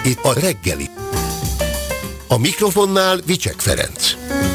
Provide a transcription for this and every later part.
Itt a reggeli. A mikrofonnál Vicsek Ferenc.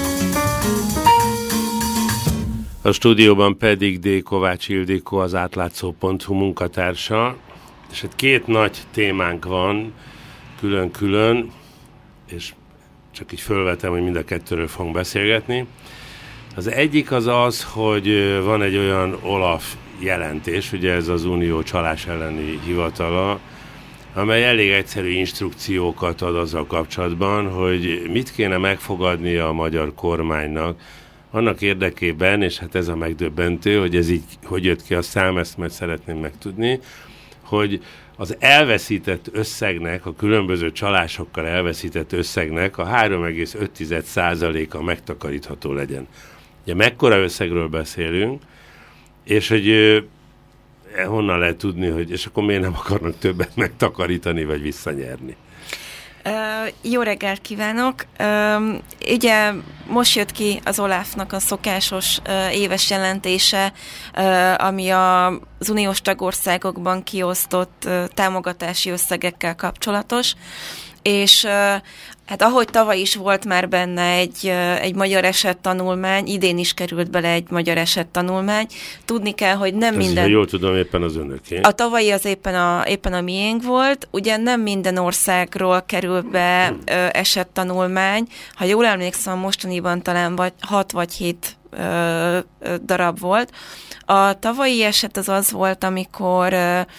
A stúdióban pedig D. Kovács Ildikó, az átlátszó.hu munkatársa. És hát két nagy témánk van, külön-külön, és csak így fölvetem, hogy mind a kettőről fogunk beszélgetni. Az egyik az, hogy van egy olyan OLAF jelentés, ugye ez az Unió csalás elleni hivatala, amely elég egyszerű instrukciókat ad azzal kapcsolatban, hogy mit kéne megfogadnia a magyar kormánynak annak érdekében, és hát ez a megdöbbentő, hogy ez így hogy jött ki a szám, ezt majd szeretném megtudni, hogy az elveszített összegnek, a különböző csalásokkal elveszített összegnek a 3,5%-a megtakarítható legyen. Ugye mekkora összegről beszélünk, és hogy honnan lehet tudni, hogy és akkor miért nem akarnak többet megtakarítani, vagy visszanyerni? Jó reggelt kívánok! Ugye most jött ki az OLAF-nak a szokásos éves jelentése, ami az uniós tagországokban kiosztott támogatási összegekkel kapcsolatos, és hát ahogy tavaly is volt már benne egy magyar esettanulmány, idén is került bele egy magyar esettanulmány. Tudni kell, hogy nem minden... Jól tudom, éppen az önöké. A tavalyi az éppen a miénk volt. Ugye nem minden országról kerül be esettanulmány. Ha jól emlékszem, mostaniban talán 6 vagy 7 darab volt. A tavalyi eset az volt, amikor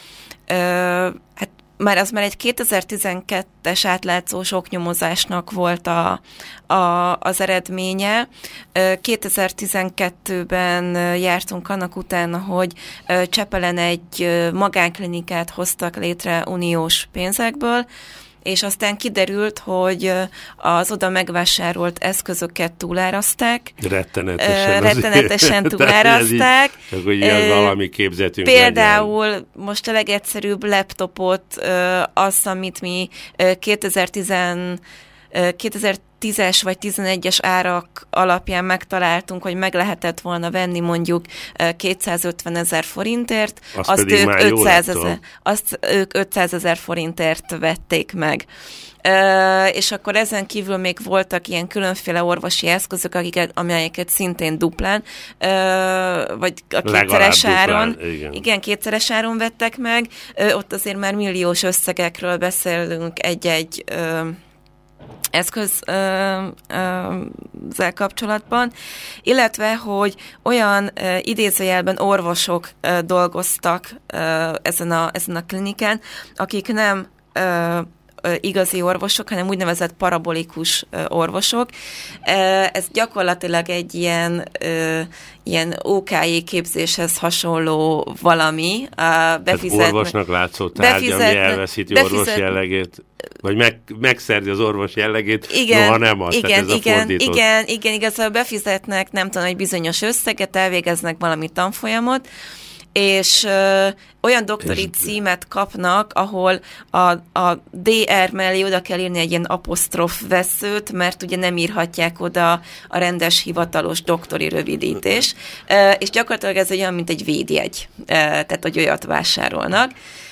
már egy 2012-es átlátszós oknyomozásnak volt az eredménye. 2012-ben jártunk annak utána, hogy Csepelen egy magánklinikát hoztak létre uniós pénzekből, és aztán kiderült, hogy az oda megvásárolt eszközöket túlárazták. Rettenetesen túlárazták. Csak hogy az valami képzetünk például legyen. Most a legegyszerűbb laptopot, azt, amit mi 2010-es vagy 11-es árak alapján megtaláltunk, hogy meg lehetett volna venni mondjuk 250 000 forintért, azt ők 500 000 forintért vették meg. És akkor ezen kívül még voltak ilyen különféle orvosi eszközök, amelyeket szintén duplán, vagy a kétszeres áron, kétszeres áron vettek meg. Ott azért már milliós összegekről beszélünk egy eszközzel kapcsolatban, illetve, hogy olyan idézőjelben orvosok dolgoztak ezen a klinikán, akik nem igazi orvosok, hanem úgynevezett parabolikus orvosok. Ez gyakorlatilag egy ilyen OKJ képzéshez hasonló valami. Orvosnak látszó tárgy, ami elveszíti orvos jellegét, vagy megszerzi az orvos jellegét, noha nem az. Igen, igazából befizetnek, nem tudom, egy bizonyos összeget, elvégeznek valami tanfolyamot, és olyan doktori címet kapnak, ahol a DR mellé oda kell írni egy ilyen apostrof veszőt, mert ugye nem írhatják oda a rendes hivatalos doktori rövidítés, és gyakorlatilag ez olyan, mint egy védjegy, tehát hogy olyat vásárolnak.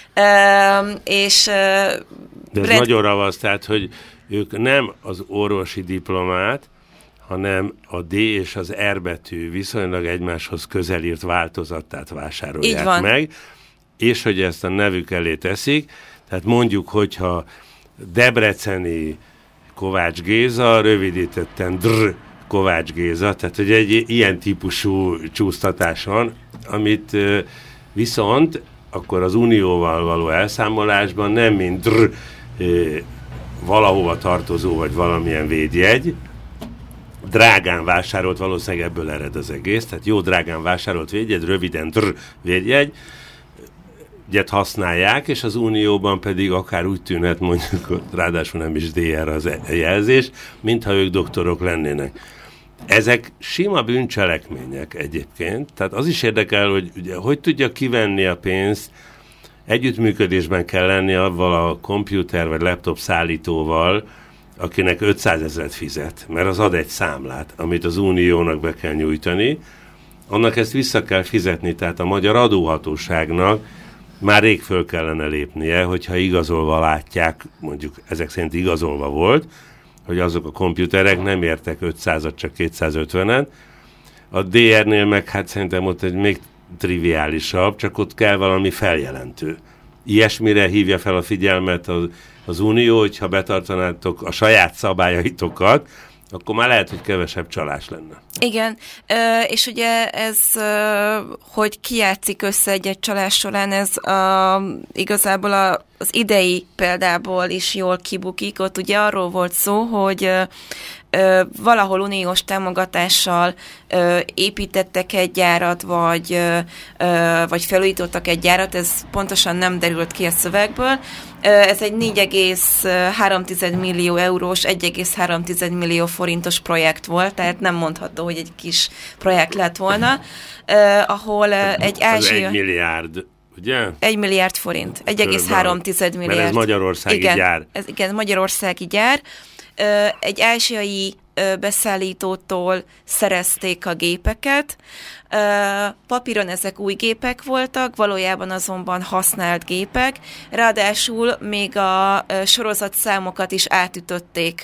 De ez nagyon ravasz, tehát, hogy ők nem az orvosi diplomát, hanem a D és az R betű viszonylag egymáshoz közelírt változatát vásárolják meg, és hogy ezt a nevük elé teszik, tehát mondjuk, hogyha debreceni Kovács Géza, rövidítetten Kovács Géza, tehát hogy egy ilyen típusú csúsztatás van, amit viszont akkor az unióval való elszámolásban nem mint valahova tartozó, vagy valamilyen védjegy, drágán vásárolt, valószínűleg ebből ered az egész, tehát jó drágán vásárolt védjegy, röviden védjegy, ügyet használják, és az unióban pedig akár úgy tűnhet, mondjuk, ráadásul nem is DR az jelzés, mintha ők doktorok lennének. Ezek sima bűncselekmények egyébként, tehát az is érdekel, hogy ugye, hogy tudja kivenni a pénzt, együttműködésben kell lenni avval a komputer vagy laptop szállítóval, akinek 500 000 fizet, mert az ad egy számlát, amit az uniónak be kell nyújtani, annak ezt vissza kell fizetni, tehát a magyar adóhatóságnak már rég föl kellene lépnie, hogyha igazolva látják, mondjuk ezek szerint igazolva volt, hogy azok a komputerek nem értek 500-at, csak 250-et. A DR-nél meg hát szerintem ott egy még triviálisabb, csak ott kell valami feljelentő. Ilyesmire hívja fel a figyelmet az Unió, hogyha betartanátok a saját szabályaitokat, akkor már lehet, hogy kevesebb csalás lenne. Igen, és ugye ez, hogy ki játszik össze egy csalás során, ez igazából az idei példából is jól kibukik. Ott ugye arról volt szó, hogy valahol uniós támogatással építettek egy gyárat, vagy felújítottak egy gyárat, ez pontosan nem derült ki a szövegből. Ez egy 4,3 millió eurós, 1,3 millió forintos projekt volt, tehát nem mondható, hogy egy kis projekt lett volna, ahol egy ázsia... 1 milliárd, ugye? 1 milliárd forint, 1,3 milliárd. Mert ez magyarországi gyár. Igen, magyarországi gyár. Egy ázsiai beszállítótól szerezték a gépeket. Papíron ezek új gépek voltak, valójában azonban használt gépek, ráadásul még a sorozatszámokat is átütötték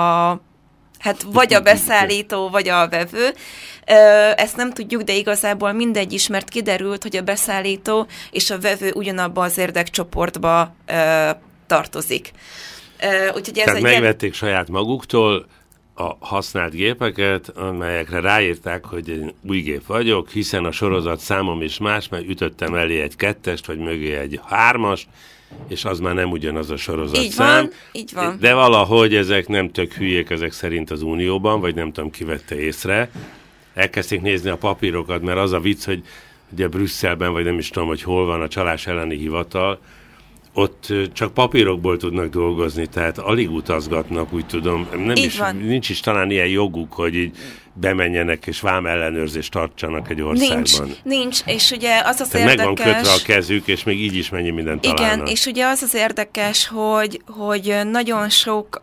vagy a beszállító, vagy a vevő. Ezt nem tudjuk, de igazából mindegy is, mert kiderült, hogy a beszállító és a vevő ugyanabba az érdekcsoportba tartozik. Úgyhogy ez tehát megvették saját maguktól a használt gépeket, amelyekre ráírták, hogy egy új gép vagyok, hiszen a sorozat számom is más, mert ütöttem elé egy 2-est, vagy mögé egy 3-ast, és az már nem ugyanaz a sorozatszám. Így van. De valahogy ezek nem tök hülyék ezek szerint az Unióban, vagy nem tudom, ki vette észre. Elkezdték nézni a papírokat, mert az a vicc, hogy ugye Brüsszelben, vagy nem is tudom, hogy hol van a csalás elleni hivatal, ott csak papírokból tudnak dolgozni, tehát alig utazgatnak, úgy tudom. Nincs is talán ilyen joguk, hogy így bemenjenek és vámellenőrzést tartsanak egy országban. Nincs, és ugye az érdekes... Meg van kötve a kezük, és még így is mennyi mindent találnak. Igen, és ugye az érdekes, hogy nagyon sok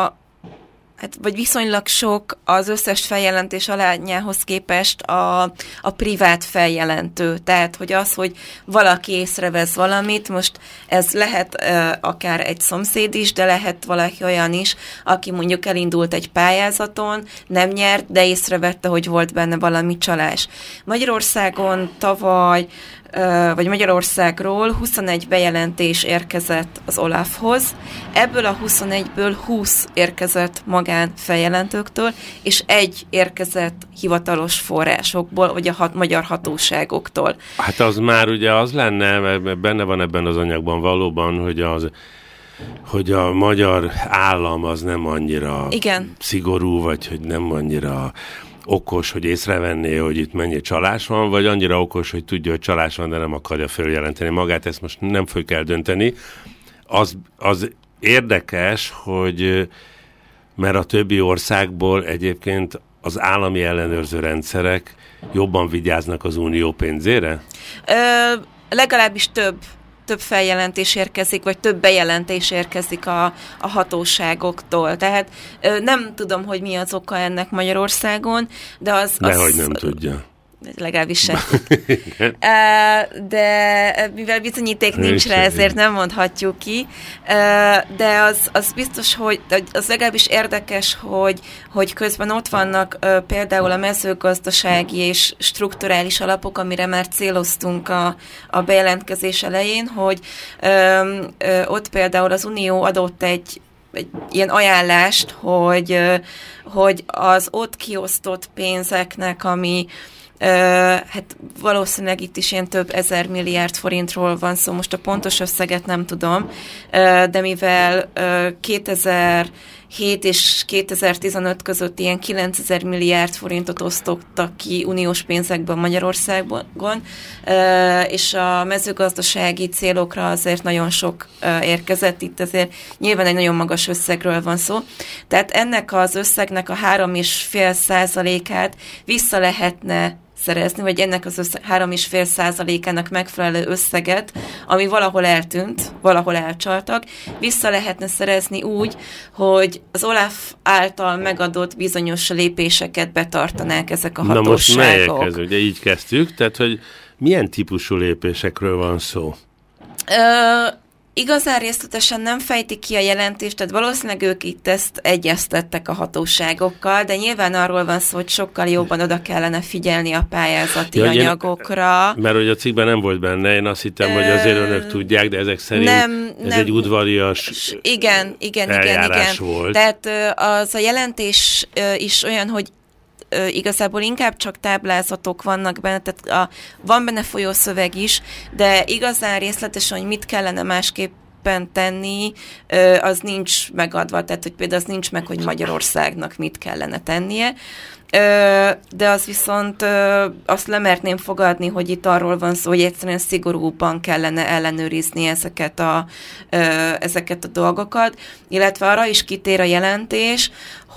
vagy viszonylag sok az összes feljelentés alányához képest a privát feljelentő. Tehát, hogy az, hogy valaki észrevesz valamit, most ez lehet akár egy szomszéd is, de lehet valaki olyan is, aki mondjuk elindult egy pályázaton, nem nyert, de észrevette, hogy volt benne valami csalás. Magyarországon tavaly vagy Magyarországról 21 bejelentés érkezett az OLAF-hoz. Ebből a 21-ből 20 érkezett magánfeljelentőktől, és 1 érkezett hivatalos forrásokból, vagy a magyar hatóságoktól. Hát az már ugye az lenne, mert benne van ebben az anyagban valóban, hogy a magyar állam az nem annyira szigorú, vagy hogy nem annyira okos, hogy észrevenné, hogy itt mennyi csalás van, vagy annyira okos, hogy tudja, hogy csalás van, de nem akarja följelenteni magát, ezt most nem fogjuk eldönteni. Az érdekes, hogy mert a többi országból egyébként az állami ellenőrző rendszerek jobban vigyáznak az unió pénzére? Legalábbis több feljelentés érkezik, vagy több bejelentés érkezik a hatóságoktól. Tehát nem tudom, hogy mi az oka ennek Magyarországon, de az... Dehogy nem tudja. Legalábbis sem. De mivel bizonyíték nincs rá, ezért nem mondhatjuk ki. De az biztos, hogy az legalábbis érdekes, hogy közben ott vannak például a mezőgazdasági és strukturális alapok, amire már céloztunk a bejelentkezés elején, hogy ott például az Unió adott egy ilyen ajánlást, hogy az ott kiosztott pénzeknek, ami hát valószínűleg itt is ilyen több 1000 milliárd forintról van szó, most a pontos összeget nem tudom, de mivel 2007 és 2015 között ilyen 9000 milliárd forintot osztottak ki uniós pénzekben Magyarországon, és a mezőgazdasági célokra azért nagyon sok érkezett, itt azért nyilván egy nagyon magas összegről van szó. Tehát ennek az összegnek a 3,5%-át vissza lehetne szerezni, vagy ennek az 3,5%-ának megfelelő összeget, ami valahol eltűnt, valahol elcsaltak, vissza lehetne szerezni úgy, hogy az OLAF által megadott bizonyos lépéseket betartanák ezek a hatóságok. Na most melyek ez? Ugye így kezdtük, tehát hogy milyen típusú lépésekről van szó? Igazán részletesen nem fejtik ki a jelentést, tehát valószínűleg ők itt ezt egyeztettek a hatóságokkal, de nyilván arról van szó, hogy sokkal jobban oda kellene figyelni a pályázati anyagokra. Mert hogy a cikkben nem volt benne, én azt hittem, hogy azért önök tudják, de ezek szerint ez egy udvarias eljárás volt. Tehát az a jelentés is olyan, hogy igazából inkább csak táblázatok vannak benne, tehát van benne folyószöveg is, de igazán részletesen, hogy mit kellene másképpen tenni, az nincs megadva, tehát hogy például az nincs meg, hogy Magyarországnak mit kellene tennie, de az viszont azt lemerném fogadni, hogy itt arról van szó, hogy egyszerűen szigorúbban kellene ellenőrizni ezeket a dolgokat, illetve arra is kitér a jelentés,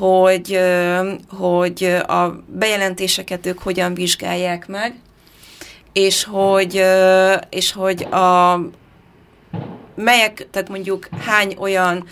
hogy a bejelentéseket ők hogyan vizsgálják meg, és hogy melyek, tehát mondjuk hány olyan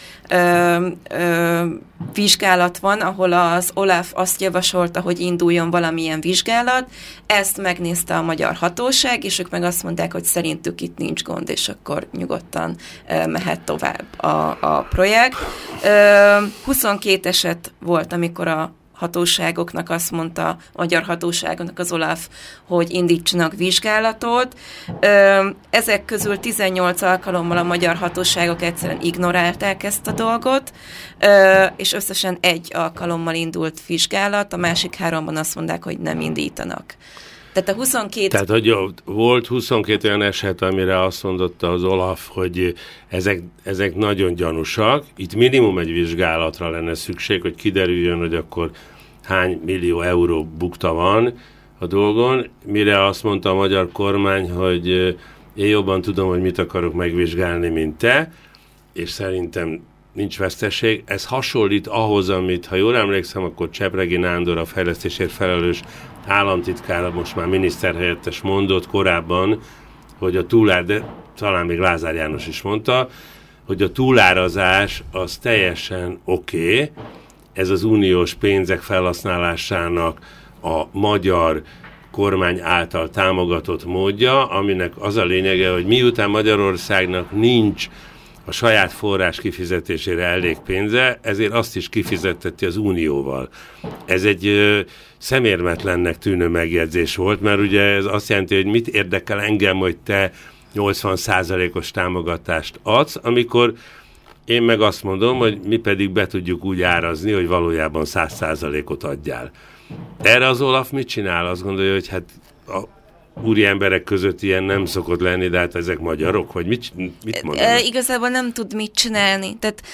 vizsgálat van, ahol az OLAF azt javasolta, hogy induljon valamilyen vizsgálat, ezt megnézte a magyar hatóság, és ők meg azt mondták, hogy szerintük itt nincs gond, és akkor nyugodtan mehet tovább a projekt. 22 eset volt, amikor a hatóságoknak azt mondta, a magyar hatóságoknak az OLAF, hogy indítsanak vizsgálatot. Ezek közül 18 alkalommal a magyar hatóságok egyszerűen ignorálták ezt a dolgot, és összesen 1 alkalommal indult vizsgálat, a másik 3-ban azt mondták, hogy nem indítanak. Tehát hogy volt 22 olyan eset, amire azt mondotta az OLAF, hogy ezek nagyon gyanúsak. Itt minimum egy vizsgálatra lenne szükség, hogy kiderüljön, hogy akkor hány millió euró bukta van a dolgon. Mire azt mondta a magyar kormány, hogy én jobban tudom, hogy mit akarok megvizsgálni, mint te, és szerintem nincs veszteség. Ez hasonlít ahhoz, amit, ha jól emlékszem, akkor Csepregi Nándor, a fejlesztésért felelős államtitkára, most már miniszterhelyettes mondott korábban, hogy de talán még Lázár János is mondta, hogy a túlárazás az teljesen oké, ez az uniós pénzek felhasználásának a magyar kormány által támogatott módja, aminek az a lényege, hogy miután Magyarországnak nincs a saját forrás kifizetésére elég pénze, ezért azt is kifizetteti az unióval. Ez egy szemérmetlennek tűnő megjegyzés volt, mert ugye ez azt jelenti, hogy mit érdekel engem, hogy te 80%-os támogatást adsz, amikor én meg azt mondom, hogy mi pedig be tudjuk úgy árazni, hogy valójában 100%-ot adjál. Erre az OLAF mit csinál? Azt gondolja, hogy hát a úri emberek között ilyen nem szokott lenni, de hát ezek magyarok, vagy mit mondanak? Igazából nem tud mit csinálni. Tehát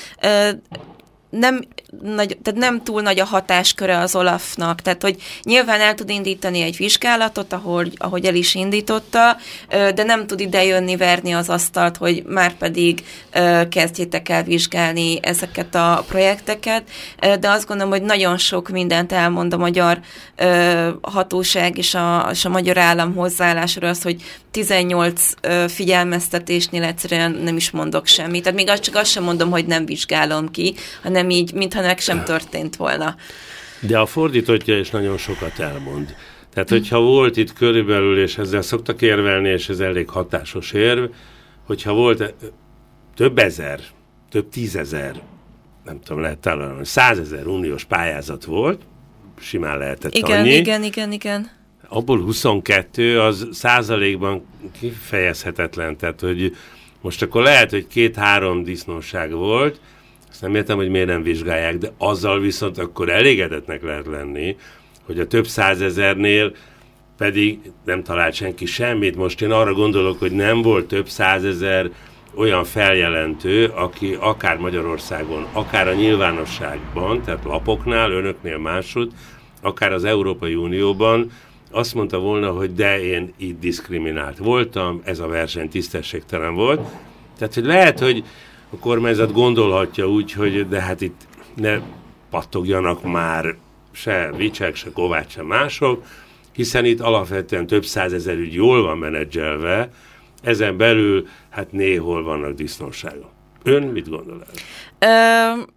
nem túl nagy a hatásköre az OLAF-nak, tehát hogy nyilván el tud indítani egy vizsgálatot, ahogy el is indította, de nem tud idejönni, verni az asztalt, hogy már pedig kezdjétek el vizsgálni ezeket a projekteket, de azt gondolom, hogy nagyon sok mindent elmond a magyar hatóság és a magyar állam hozzáállásról az, hogy 18 figyelmeztetésnél egyszerűen nem is mondok semmit. Tehát még csak azt sem mondom, hogy nem vizsgálom ki, hanem így, mintha meg sem történt volna. De a fordítottja is nagyon sokat elmond. Tehát, hogyha volt itt körülbelül, és ezzel szoktak érvelni, és ez elég hatásos érv, hogyha volt több ezer, több 10 000, nem tudom, lehet talán 100 000 uniós pályázat volt, simán lehetett annyi. Igen. Abból 22 az százalékban kifejezhetetlen, tehát, hogy most akkor lehet, hogy 2-3 disznóság volt, azt nem értem, hogy miért nem vizsgálják, de azzal viszont akkor elégedetnek lehet lenni, hogy a több 100 000-nél pedig nem talált senki semmit. Most én arra gondolok, hogy nem volt több 100 000 olyan feljelentő, aki akár Magyarországon, akár a nyilvánosságban, tehát lapoknál, önöknél máshogy, akár az Európai Unióban azt mondta volna, hogy de én itt diszkriminált voltam, ez a verseny tisztességtelen volt. Tehát, hogy lehet, hogy a kormányzat gondolhatja úgy, hogy de hát itt ne pattogjanak már se Vicsek, se Kovács, se mások, hiszen itt alapvetően több 100 000 ügy jól van menedzselve, ezen belül hát néhol vannak disznóságok. Ön mit gondol el?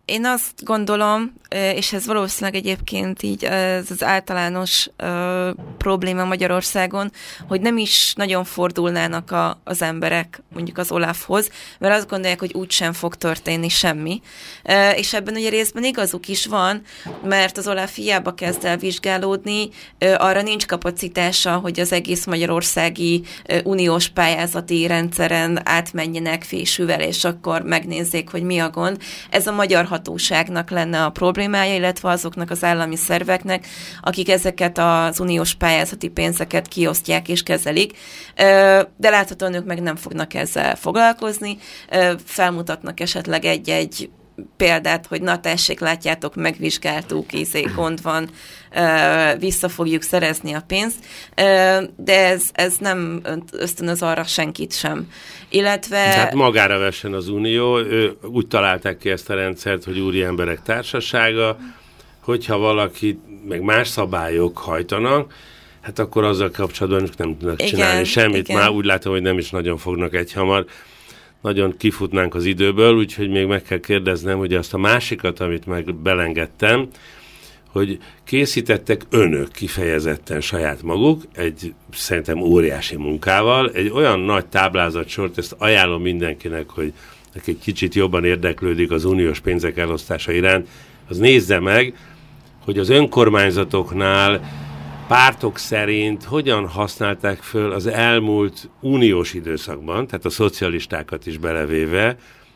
Én azt gondolom, és ez valószínűleg egyébként így ez az általános probléma Magyarországon, hogy nem is nagyon fordulnának az emberek mondjuk az Olafhoz, mert azt gondolják, hogy úgysem fog történni semmi. És ebben ugye részben igazuk is van, mert az Olaf hiába kezd el vizsgálódni, arra nincs kapacitása, hogy az egész magyarországi uniós pályázati rendszeren átmenjenek fésűvel, és akkor megnézzék, hogy mi a gond. Ez a magyar hatóságnak lenne a problémája, illetve azoknak az állami szerveknek, akik ezeket az uniós pályázati pénzeket kiosztják és kezelik, de láthatóan ők meg nem fognak ezzel foglalkozni, felmutatnak esetleg egy példát, hogy na tessék, látjátok, megvizsgáltuk, gond van, vissza fogjuk szerezni a pénzt, de ez nem ösztönöz arra senkit sem. Illetve... Tehát magára vessen az Unió, úgy találták ki ezt a rendszert, hogy úri emberek társasága, hogyha valaki meg más szabályok hajtanak, hát akkor azzal kapcsolatban nem tudnak csinálni semmit. Igen. Már úgy látom, hogy nem is nagyon fognak egyhamar. Nagyon kifutnánk az időből, úgyhogy még meg kell kérdeznem, hogy azt a másikat, amit meg belengedtem, hogy készítettek önök kifejezetten saját maguk, egy szerintem óriási munkával, egy olyan nagy táblázatsort, ezt ajánlom mindenkinek, hogy egy kicsit jobban érdeklődik az uniós pénzek elosztása iránt, az nézze meg, hogy az önkormányzatoknál pártok szerint hogyan használták föl az elmúlt uniós időszakban, tehát a szocialistákat is belevéve,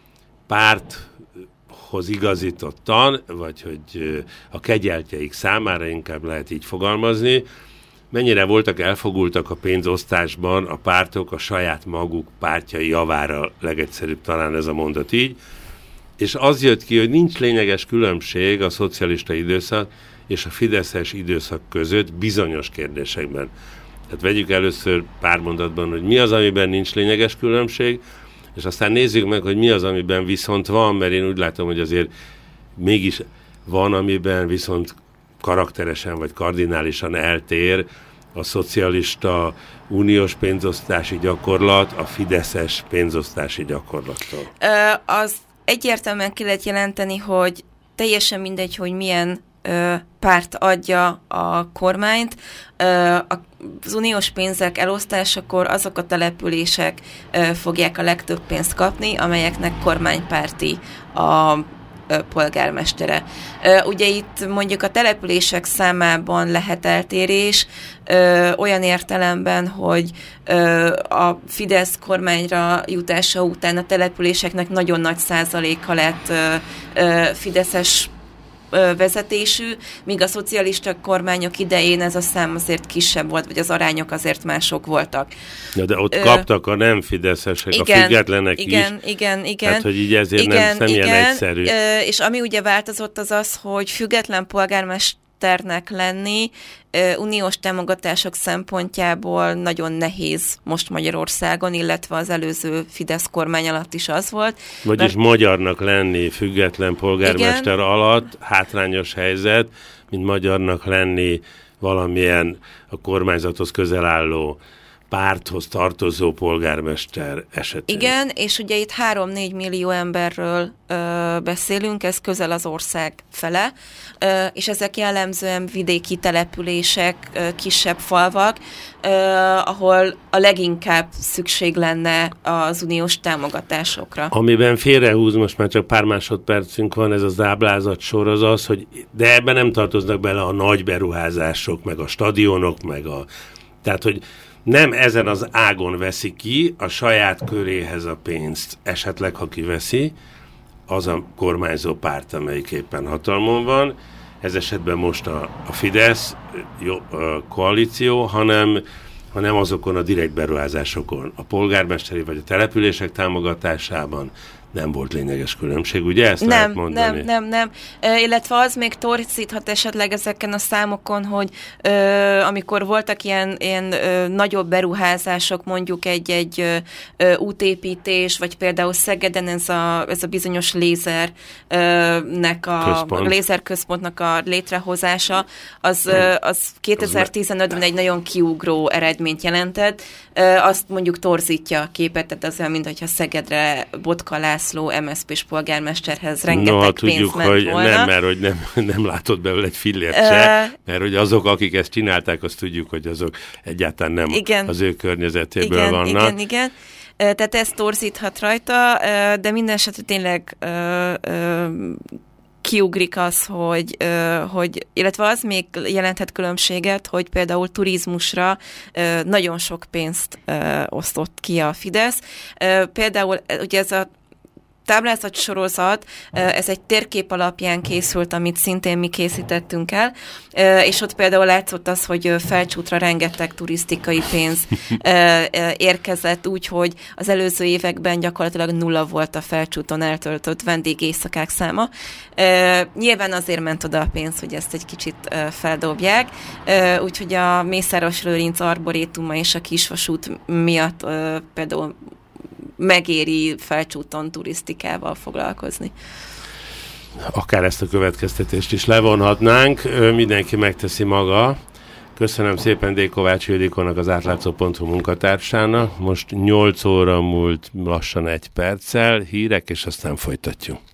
párthoz igazítottan, vagy hogy a kegyeltjeik számára inkább lehet így fogalmazni, mennyire voltak elfogultak a pénzosztásban a pártok a saját maguk pártjai javára, legegyszerűbb talán ez a mondat így, és az jött ki, hogy nincs lényeges különbség a szocialista időszak és a fideszes időszak között bizonyos kérdésekben. Tehát vegyük először pár mondatban, hogy mi az, amiben nincs lényeges különbség, és aztán nézzük meg, hogy mi az, amiben viszont van, mert én úgy látom, hogy azért mégis van, amiben viszont karakteresen vagy kardinálisan eltér a szocialista uniós pénzosztási gyakorlat a fideszes pénzosztási gyakorlattól. Az egyértelműen ki lehet jelenteni, hogy teljesen mindegy, hogy milyen párt adja a kormányt. Az uniós pénzek elosztásakor azok a települések fogják a legtöbb pénzt kapni, amelyeknek kormánypárti a polgármestere. Ugye itt mondjuk a települések számában lehet eltérés, olyan értelemben, hogy a Fidesz kormányra jutása után a településeknek nagyon nagy százaléka lett fideszes vezetésű, míg a szocialista kormányok idején ez a szám azért kisebb volt, vagy az arányok azért mások voltak. Ja, de ott kaptak a nem fideszesek, igen, a függetlenek is. Igen. Hát, hogy így ezért nem ilyen egyszerű. És ami ugye változott az, hogy független polgármesternek lenni uniós támogatások szempontjából nagyon nehéz most Magyarországon, illetve az előző Fidesz kormány alatt is az volt. Vagyis magyarnak lenni független polgármester alatt hátrányos helyzet, mint magyarnak lenni valamilyen a kormányzathoz közel álló párthoz tartozó polgármester esetén. Igen, és ugye itt 3-4 millió emberről beszélünk, ez közel az ország fele, és ezek jellemzően vidéki települések, kisebb falvak, ahol a leginkább szükség lenne az uniós támogatásokra. Amiben félrehúz, most már csak pár másodpercünk van, ez az táblázatsor az, hogy de ebben nem tartoznak bele a nagy beruházások, meg a stadionok, tehát, hogy nem ezen az ágon veszi ki a saját köréhez a pénzt. Esetleg, ha kiveszi, az a kormányzó párt, amelyik éppen hatalmon van. Ez esetben most a Fidesz a koalíció, hanem azokon a direkt beruházásokon. A polgármesteri vagy a települések támogatásában nem volt lényeges különbség, ugye ezt lehet mondani? Nem. Illetve az még torzíthat esetleg ezeken a számokon, hogy amikor voltak ilyen nagyobb beruházások, mondjuk egy útépítés, vagy például Szegeden ez a bizonyos lézerközpontnak a létrehozása, az 2015-ben egy nagyon kiugró eredményt jelentett. Azt mondjuk torzítja a képet, tehát az olyan, mintha Szegedre botkalász László MSZP-s polgármesterhez rengeteg Noha pénz tudjuk, ment hogy volna. nem, mert hogy nem látott belőle egy fillért se, mert hogy azok, akik ezt csinálták, azt tudjuk, hogy azok egyáltalán nem az ő környezetéből vannak. Igen. Tehát ez torzíthat rajta, de minden esetre tényleg kiugrik az, hogy, illetve az még jelenthet különbséget, hogy például turizmusra nagyon sok pénzt osztott ki a Fidesz. Például ugye ez a táblázatsorozat, ez egy térkép alapján készült, amit szintén mi készítettünk el, és ott például látszott az, hogy Felcsútra rengeteg turisztikai pénz érkezett, úgyhogy az előző években gyakorlatilag 0 volt a Felcsúton eltöltött vendégéjszakák száma. Nyilván azért ment oda a pénz, hogy ezt egy kicsit feldobják, úgyhogy a Mészáros Lőrinc arborétuma és a Kisvasút miatt például megéri Felcsúton turisztikával foglalkozni. Akár ezt a következtetést is levonhatnánk, mindenki megteszi maga. Köszönöm szépen D. Kovács Ildikónak, az átlátszó.hu munkatársának. Most 8 óra múlt lassan 1 perccel, hírek, és aztán folytatjuk.